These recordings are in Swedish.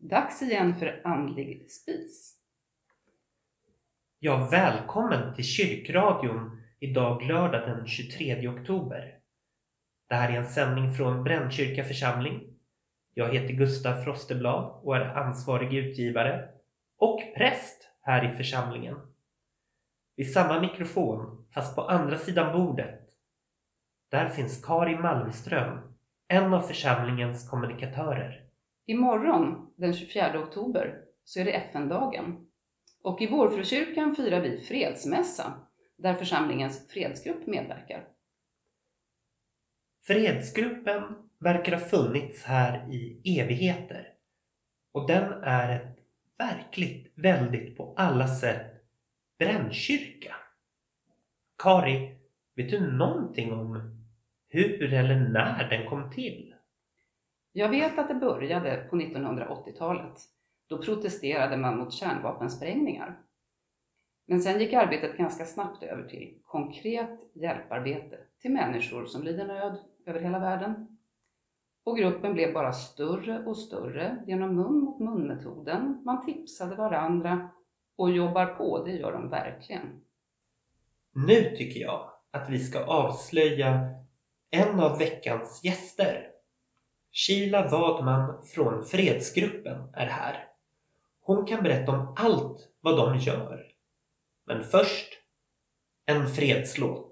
Dags igen för andlig spis. Ja, välkommen till Kyrkradion idag lördag den 23 oktober. Det här är en sändning från Brännkyrka församling. Jag heter Gustav Frosteblad och är ansvarig utgivare och präst här i församlingen. Vid samma mikrofon, fast på andra sidan bordet, där finns Kari Malmström, en av församlingens kommunikatörer. Imorgon, den 24 oktober, så är det FN-dagen. Och i Vårfrukyrkan firar vi fredsmässa, där församlingens fredsgrupp medverkar. Fredsgruppen verkar ha funnits här i evigheter. Och den är ett verkligt, väldigt på alla sätt brännkyrka. Kari, vet du någonting om hur eller när den kom till? Jag vet att det började på 1980-talet. Då protesterade man mot kärnvapensprängningar. Men sen gick arbetet ganska snabbt över till konkret hjälparbete till människor som lider nöd över hela världen. Och gruppen blev bara större och större genom mun-mot-mun-metoden. Man tipsade varandra och jobbar på, det gör de verkligen. Nu tycker jag att vi ska avslöja en av veckans gäster. Sheila Wadman från fredsgruppen är här. Hon kan berätta om allt vad de gör. Men först, en fredslåt.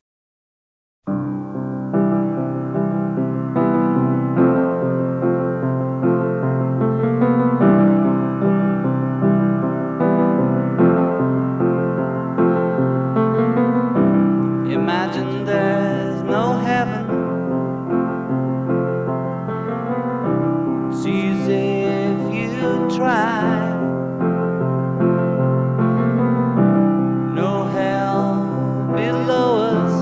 Imagine there's no heaven. It's easy if you try. No hell below us.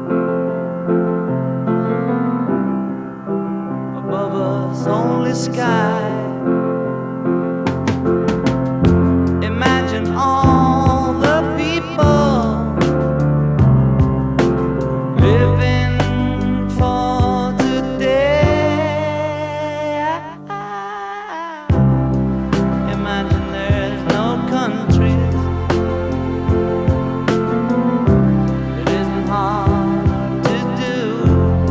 Above us only sky. Imagine all the people living for today. Imagine there's no countries. It isn't hard to do.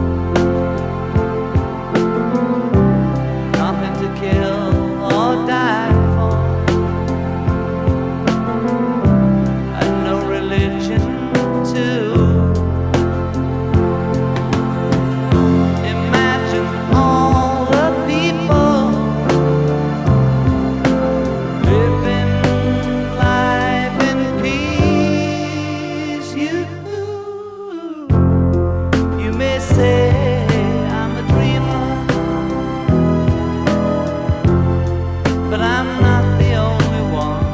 Nothing to kill or die for. And no religion too. Imagine all the people living life in peace. You may say I'm a dreamer, but I'm not the only one.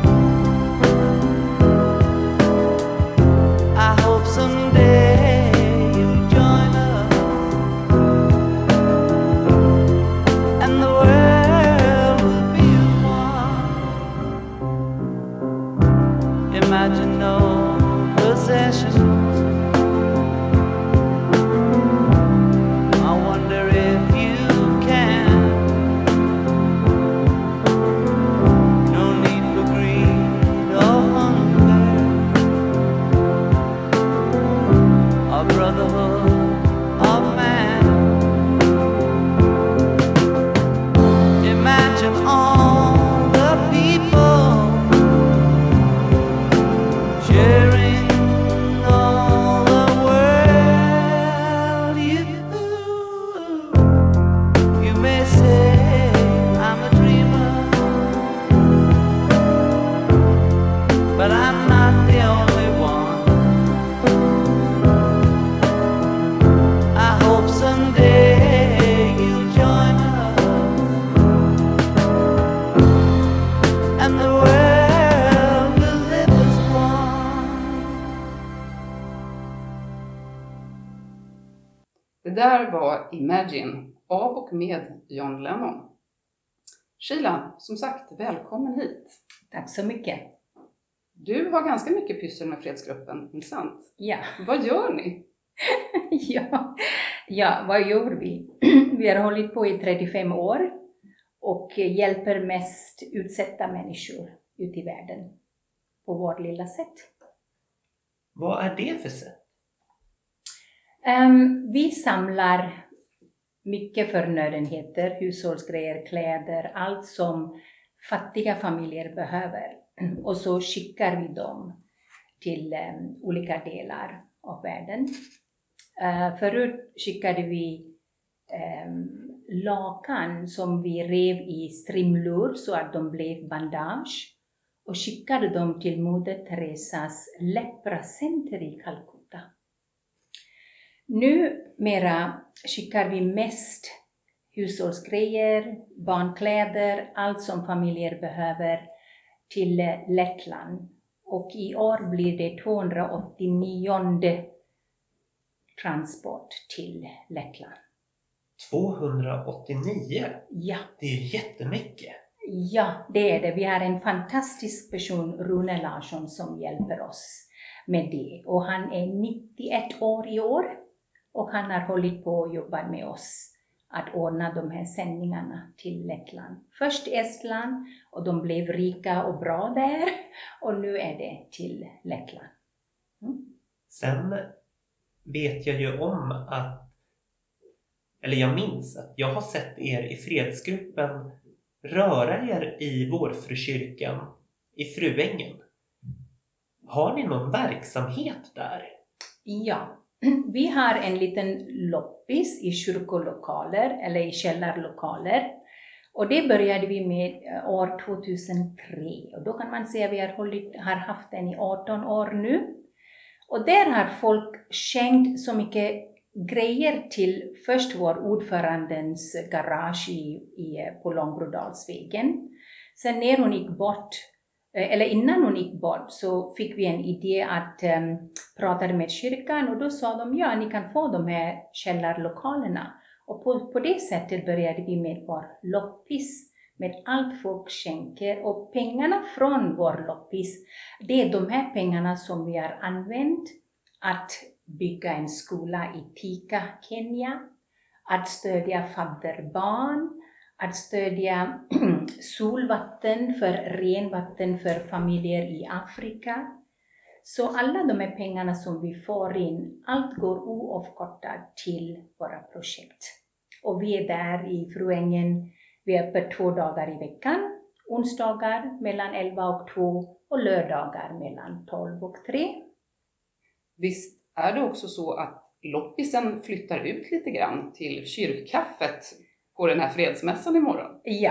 I hope someday you'll join us and the world will be as one. Imagine no possessions. I wonder if you can. No need for greed or hunger. A brotherhood of man. Imagine all the people sharing all the world. You may say I'm a dreamer, but I'm not the only one. I hope someday you'll join us and the world will live as one. Det där var Imagine av och med John Lennon. Sheila, som sagt, välkommen hit. Tack så mycket. Du har ganska mycket pyssel med fredsgruppen, inte sant? Ja. Vad gör ni? Ja, vad gör vi? Vi har hållit på i 35 år och hjälper mest utsatta människor ute i världen på vårt lilla sätt. Vad är det för sätt? Vi samlar mycket förnödenheter, hushållsgrejer, kläder, allt som fattiga familjer behöver. Och så skickar vi dem till olika delar av världen. Förut skickade vi lakan som vi rev i strimlor så att de blev bandage. Och skickade dem till Moder Teresas lepracenter i Calcutta. Numera skickar vi mest hushållsgrejer, barnkläder, allt som familjer behöver till Lettland. Och i år blir det 289 transport till Lettland. 289? Ja. Det är ju jättemycket. Ja, det är det. Vi har en fantastisk person, Rune Larsson, som hjälper oss med det. Och han är 91 år i år. Och han har hållit på och jobbat med oss att ordna de här sändningarna till Lettland. Först Estland och de blev rika och bra där. Och nu är det till Lettland. Sen vet jag ju om att, eller jag minns att jag har sett er i fredsgruppen röra er i Vårfrukyrkan i Fruängen. Har ni någon verksamhet där? Ja, vi har en liten loppis i kyrkolokaler eller i källarlokaler. Och det började vi med år 2003. Och då kan man säga att vi har haft den i 18 år nu. Och där har folk skänkt så mycket grejer till först vår ordförandens garage på Långbrodalsvägen. Sen när hon gick bort, eller innan hon gick bort, så fick vi en idé att prata med kyrkan. Och då sa de, ja, ni kan få de här källarlokalerna. Och på det sättet började vi med vår loppis. Med allt folk skänker. Och pengarna från vår loppis, det är de här pengarna som vi har använt att bygga en skola i Thika, Kenya. Att stödja fadderbarn. Att stödja solvatten för renvatten för familjer i Afrika. Så alla de här pengarna som vi får in, allt går oavkortat till våra projekt. Och vi är där i Fruängen. Vi är öppet 2 dagar i veckan. Onsdagar mellan 11 och 2 och lördagar mellan 12 och 3. Visst är det också så att loppisen flyttar ut lite grann till kyrkkaffet på den här fredsmässan imorgon? Ja,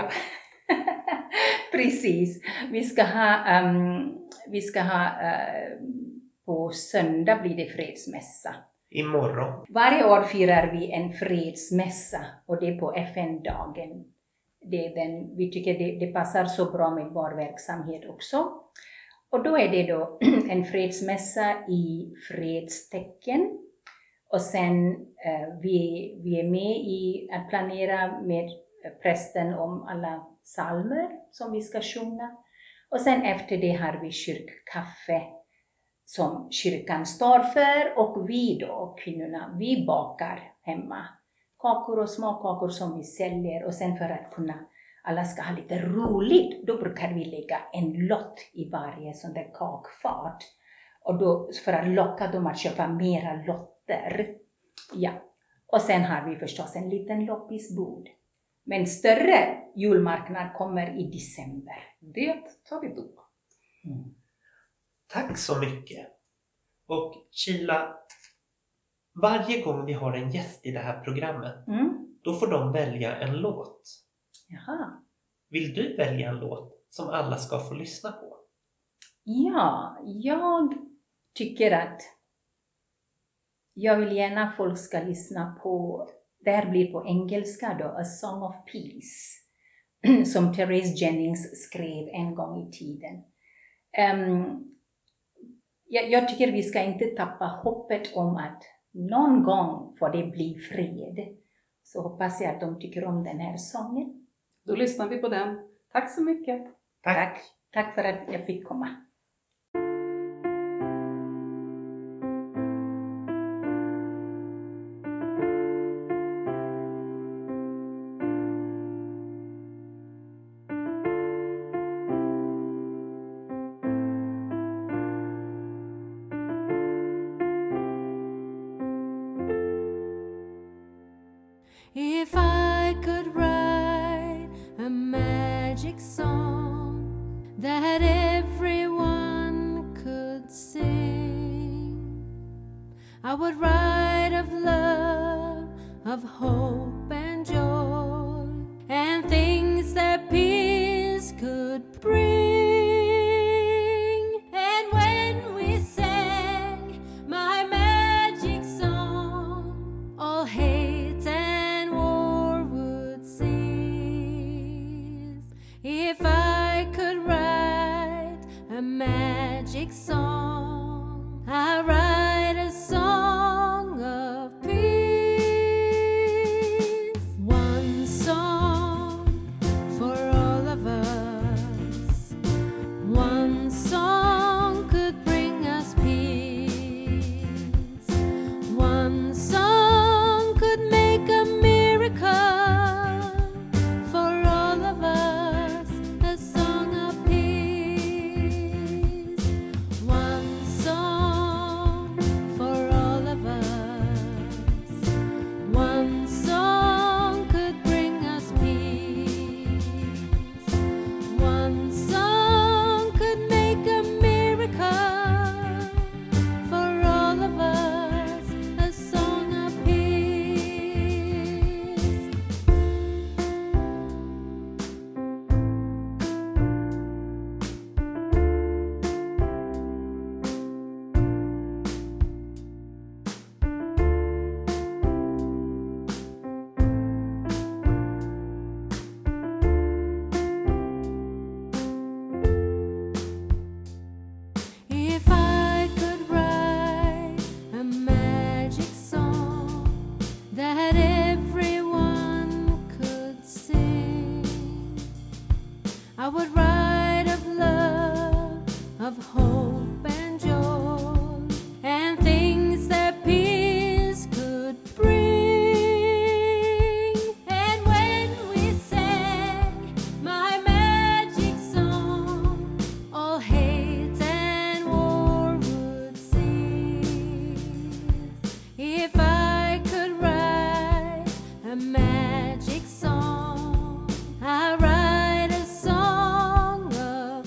precis. Vi ska ha på söndag blir det fredsmässa. Imorgon. Varje år firar vi en fredsmässa och det är på FN-dagen. Vi tycker det passar så bra med vår verksamhet också. Och då är det då en fredsmässa i fredstecken. Och sen vi är med i att planera med prästen om alla psalmer som vi ska sjunga. Och sen efter det har vi kyrkkaffe som kyrkan står för. Och vi då, kvinnorna, vi bakar hemma. Kakor och små kakor som vi säljer. Och sen för att alla ska ha lite roligt, då brukar vi lägga en lott i varje sån där kakfat. Och då för att locka dem att köpa mera lotter. Ja, och sen har vi förstås en liten loppisbord. Men större julmarknad kommer i december. Det tar vi då. Tack så mycket. Och Sheila, varje gång vi har en gäst i det här programmet, då får de välja en låt. Jaha. Vill du välja en låt som alla ska få lyssna på? Ja, jag tycker att jag vill gärna folk ska lyssna på, det här blir på engelska då, A Song of Peace, som Therese Jennings skrev en gång i tiden. Jag tycker vi ska inte tappa hoppet om att någon gång får det bli fred. Så hoppas jag att de tycker om den här sången. Då lyssnar vi på den. Tack så mycket. Tack. Tack för att jag fick komma. I would write of love, of hope and joy, and things that peace could bring. And when we sang my magic song, all hate and war would cease. If I could write a magic song, I write a song of peace. One song for all of us. One song could bring us peace. One song could make a miracle for all of us. A song of peace. One song for all of us. One song could bring us peace. One song could make a miracle for all of us. A song of peace. If I could write a magic song that everyone could sing, I would write of love, of hope and joy, and things that peace could bring. And when we sang my magic song, all hate and war would cease. If I could write a magic song, I write a song of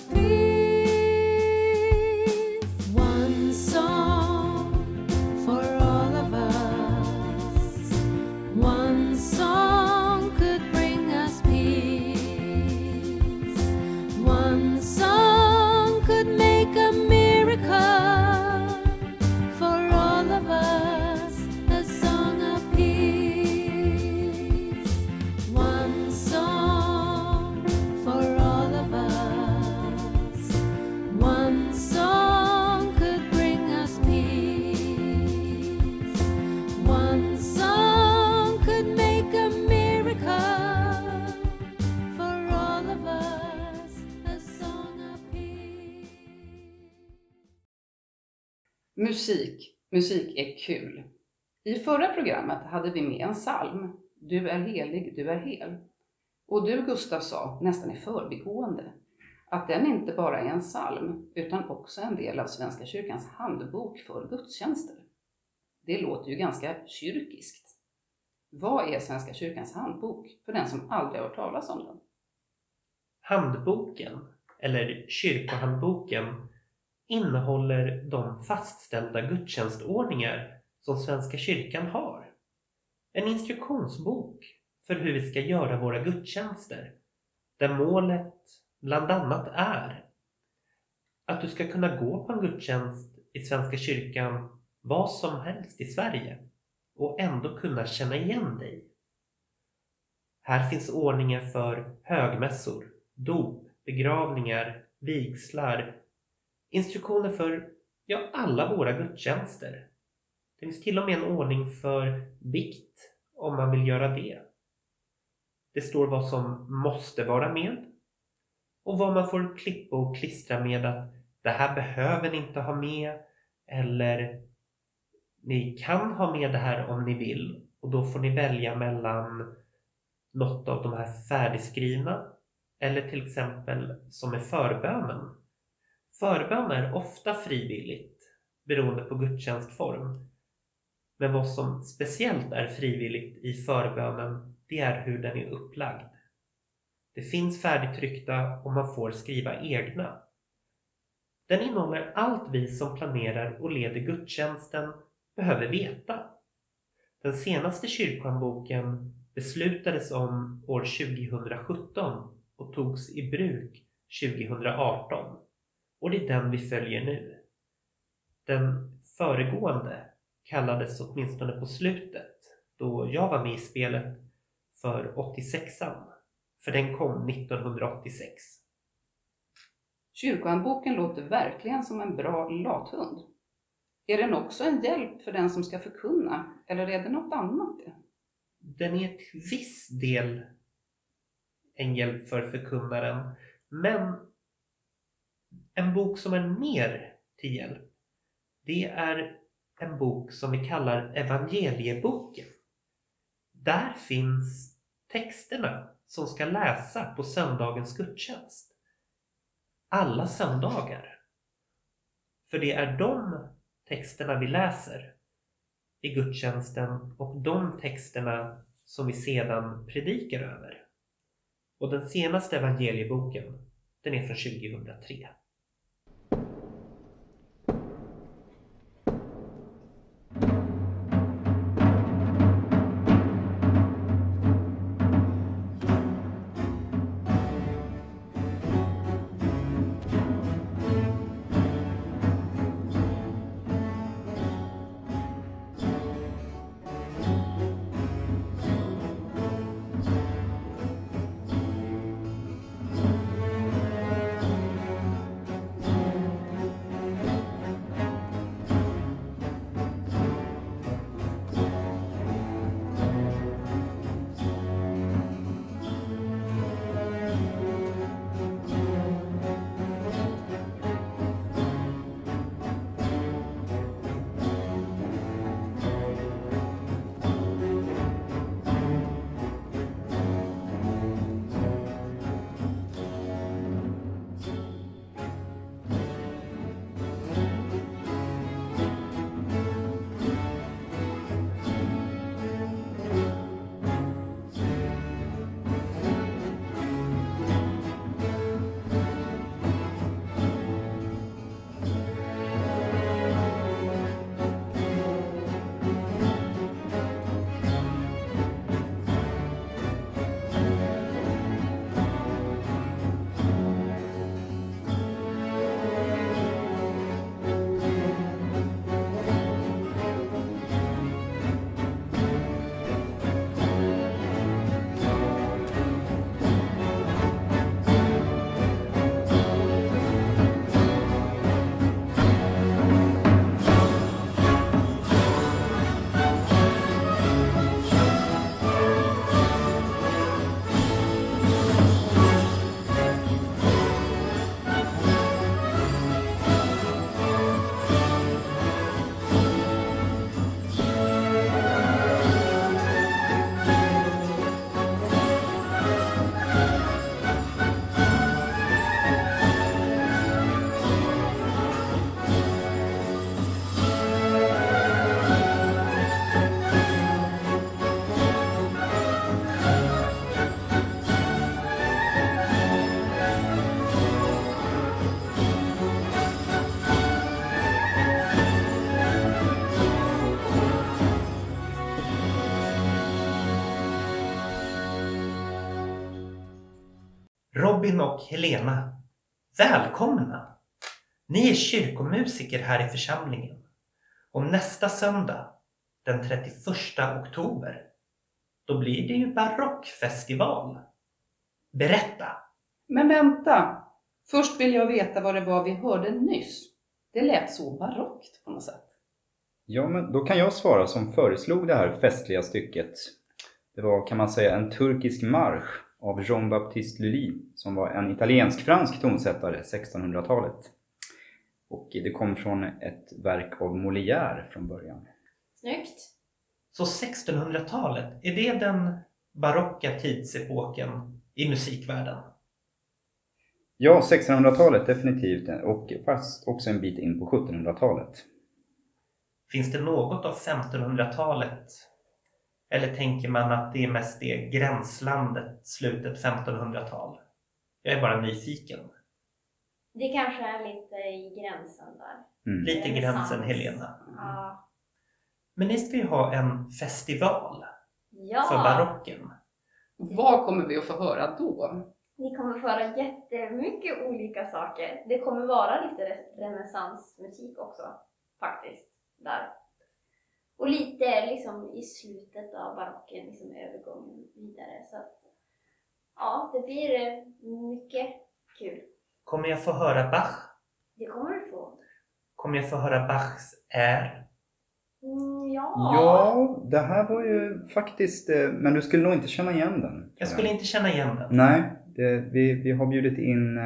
peace. One song for all of us. One song could bring us peace. One song could make a miracle for all of us. A song of peace. One song for all of us. One song could bring us peace. One song could make a miracle for all of us. A song of peace. Musik är kul. I förra programmet hade vi med en psalm, Du är helig, du är hel. Och du, Gustav, sa nästan i förbigående att den inte bara är en psalm utan också en del av Svenska kyrkans handbok för gudstjänster. Det låter ju ganska kyrkiskt. Vad är Svenska kyrkans handbok för den som aldrig har hört talas om den? Handboken, eller kyrkohandboken, innehåller de fastställda gudstjänstordningar som Svenska kyrkan har. En instruktionsbok för hur vi ska göra våra gudstjänster, där målet bland annat är att du ska kunna gå på en gudstjänst i Svenska kyrkan vad som helst i Sverige och ändå kunna känna igen dig. Här finns ordningar för högmässor, dop, begravningar, vigslar, instruktioner för alla våra gudstjänster. Det finns till och med en ordning för vikt om man vill göra det. Det står vad som måste vara med och vad man får klippa och klistra med att det här behöver ni inte ha med, eller ni kan ha med det här om ni vill, och då får ni välja mellan något av de här färdigskrivna eller till exempel som är förbönen. Förbön är ofta frivilligt beroende på gudstjänstform. Men vad som speciellt är frivilligt i förbönen, det är hur den är upplagd. Det finns färdigtryckta och man får skriva egna. Den innehåller allt vi som planerar och leder gudstjänsten behöver veta. Den senaste kyrkohandboken beslutades om år 2017 och togs i bruk 2018. Och det är den vi följer nu. Den föregående kallades åtminstone på slutet, då jag var med i spelet, för 86an. För den kom 1986. Kyrkohandboken låter verkligen som en bra lathund. Är den också en hjälp för den som ska förkunna, eller är det något annat? Den är till viss del en hjälp för förkunnaren, men en bok som är mer till hjälp, det är en bok som vi kallar evangelieboken. Där finns texterna som ska läsa på söndagens gudstjänst. Alla söndagar. För det är de texterna vi läser i gudstjänsten och de texterna som vi sedan predikar över. Och den senaste evangelieboken, den är från 2003. Robin och Helena, välkomna! Ni är kyrkomusiker här i församlingen. Och nästa söndag, den 31 oktober, då blir det ju barockfestival. Berätta! Men vänta! Först vill jag veta vad det var vi hörde nyss. Det lät så barockt på något sätt. Ja, men då kan jag svara som föreslog det här festliga stycket. Det var, kan man säga, en turkisk marsch av Jean-Baptiste Lully som var en italiensk-fransk tonsättare 1600-talet. Och det kom från ett verk av Molière från början. Snyggt! Så 1600-talet, är det den barocka tidsepoken i musikvärlden? Ja, 1600-talet definitivt, och fast också en bit in på 1700-talet. Finns det något av 1500-talet? Eller tänker man att det är mest det gränslandet, slutet 1500-tal? Jag är bara nyfiken. Det kanske är lite i gränsen där. Mm. Lite gränsen, Helena. Ja. Men ni ska ju ha en festival Ja, för barocken. Vad kommer vi att få höra då? ni kommer få höra jättemycket olika saker. Det kommer vara lite renässansmusik också, faktiskt, där. Och lite liksom i slutet av barocken, liksom övergången vidare. Så att, ja, det blir mycket kul. Kommer jag få höra Bach? Det kommer du få. Kommer jag få höra Bachs Är? Ja. Ja, det här var ju faktiskt... Men du skulle nog inte känna igen den. Jag skulle inte känna igen den. Nej, vi har bjudit in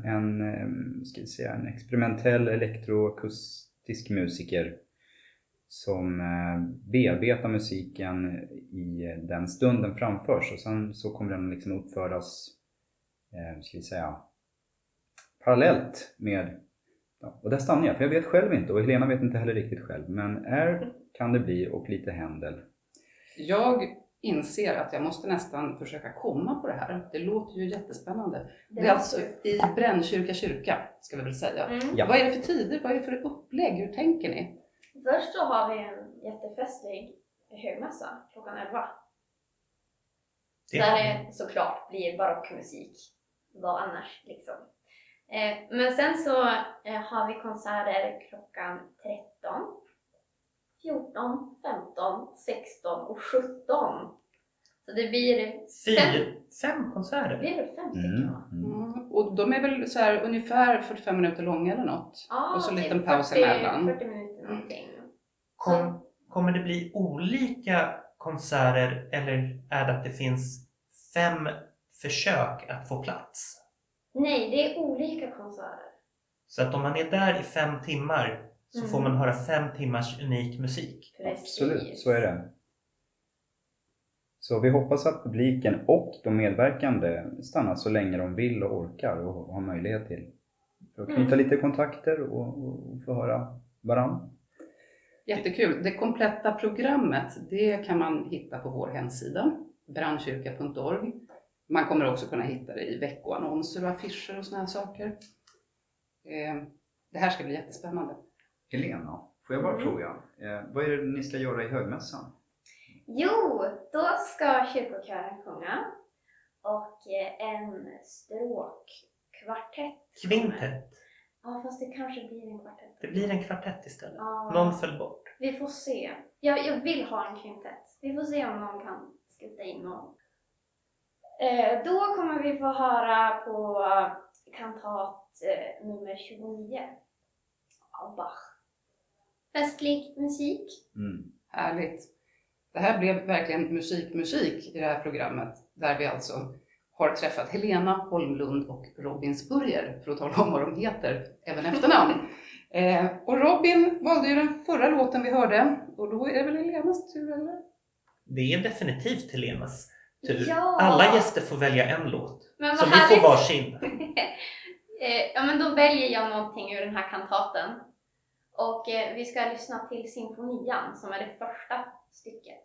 en experimentell elektroakustisk musiker som bearbetar musiken i den stunden framförs. Och sen så kommer den liksom uppföras parallellt med... Ja, och där stannar jag, för jag vet själv inte och Helena vet inte heller riktigt själv. Men kan det bli och lite Händel. Jag inser att jag måste nästan försöka komma på det här. Det låter ju jättespännande. Det är alltså i Brännkyrka kyrka, ska vi väl säga. Ja. Vad är det för tider? Vad är det för upplägg? Hur tänker ni? Först så har vi en jättefestlig högmässa klockan 11. Där det såklart blir barockmusik. Vad annars liksom. Men sen så har vi konserter klockan 13, 14, 15, 16 och 17. Så det blir 5 konserter. Det blir väl 5 stycken, va? Och de är väl så här ungefär 45 minuter långa eller något? Ja, och så en typ liten paus 40 emellan. 40 minuter någonting. Kommer det bli olika konserter eller är det att det finns 5 försök att få plats? Nej, det är olika konserter. Så att om man är där i 5 timmar så får man höra 5 timmars unik musik. Precis. Absolut, så är det. Så vi hoppas att publiken och de medverkande stannar så länge de vill och orkar och har möjlighet till. För att knyta lite kontakter och få höra varann. Jättekul. Det kompletta programmet, det kan man hitta på vår hemsida, brannkyrka.org. Man kommer också kunna hitta det i veckoannonser och affischer och såna här saker. Det här ska bli jättespännande. Helena, får jag bara fråga, vad är det ni ska göra i högmässan? Jo, då ska kyrkokören sjunga och en stråkkvartett. Kvintett. Ja, fast det kanske blir en kvartett. Det blir en kvartett istället. Ja. Någon föll bort. Vi får se. Jag vill ha en kvintett. Vi får se om någon kan skjuta in någon. Då kommer vi få höra på kantat nummer 29 av Bach. Festlig musik. Härligt. Det här blev verkligen musik i det här programmet. Där vi alltså har träffat Helena Holmlund och Robin Spurrier. För att tala om vad de heter, även efternamn. Och Robin valde ju den förra låten vi hörde. Och då är det väl Helenas tur, eller? Det är definitivt Helenas tur. Ja. Alla gäster får välja en låt. Men Så vad vi får härligt. varsin. Ja, men då väljer jag någonting ur den här kantaten. Och vi ska lyssna till symfonian som är det första stycket.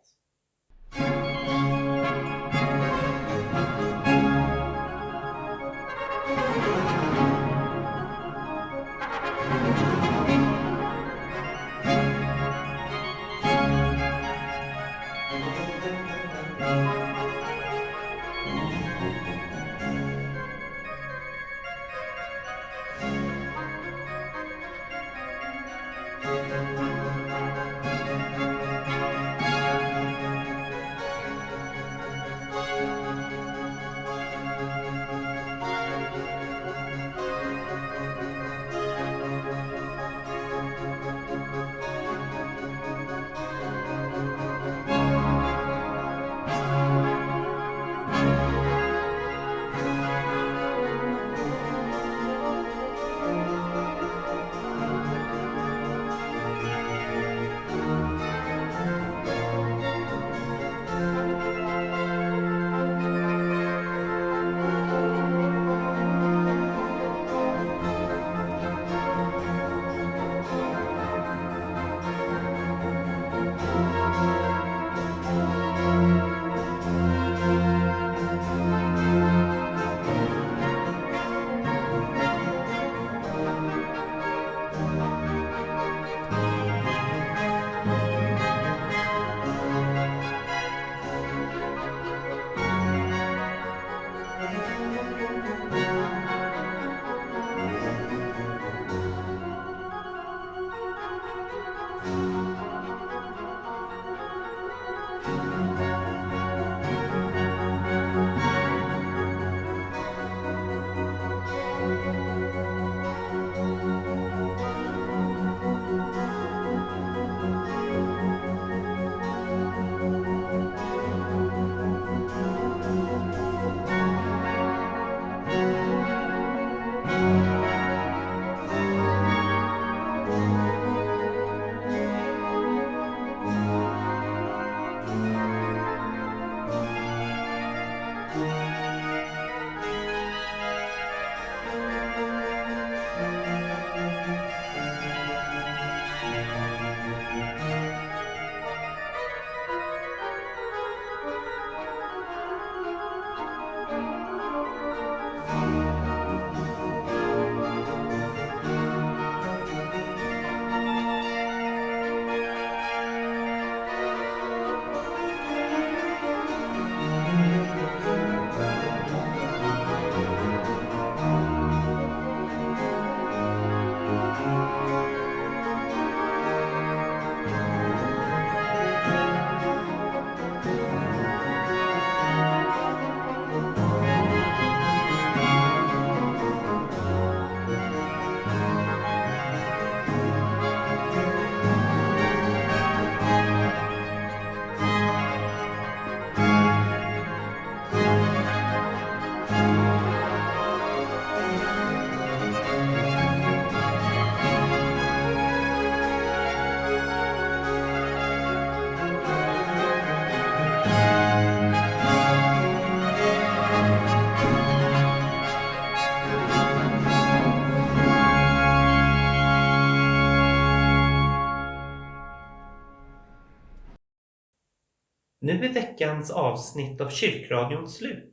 Nu är veckans avsnitt av Kyrkradion slut.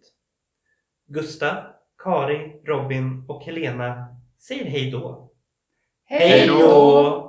Gustav, Kari, Robin och Helena säger hej då. Hej då!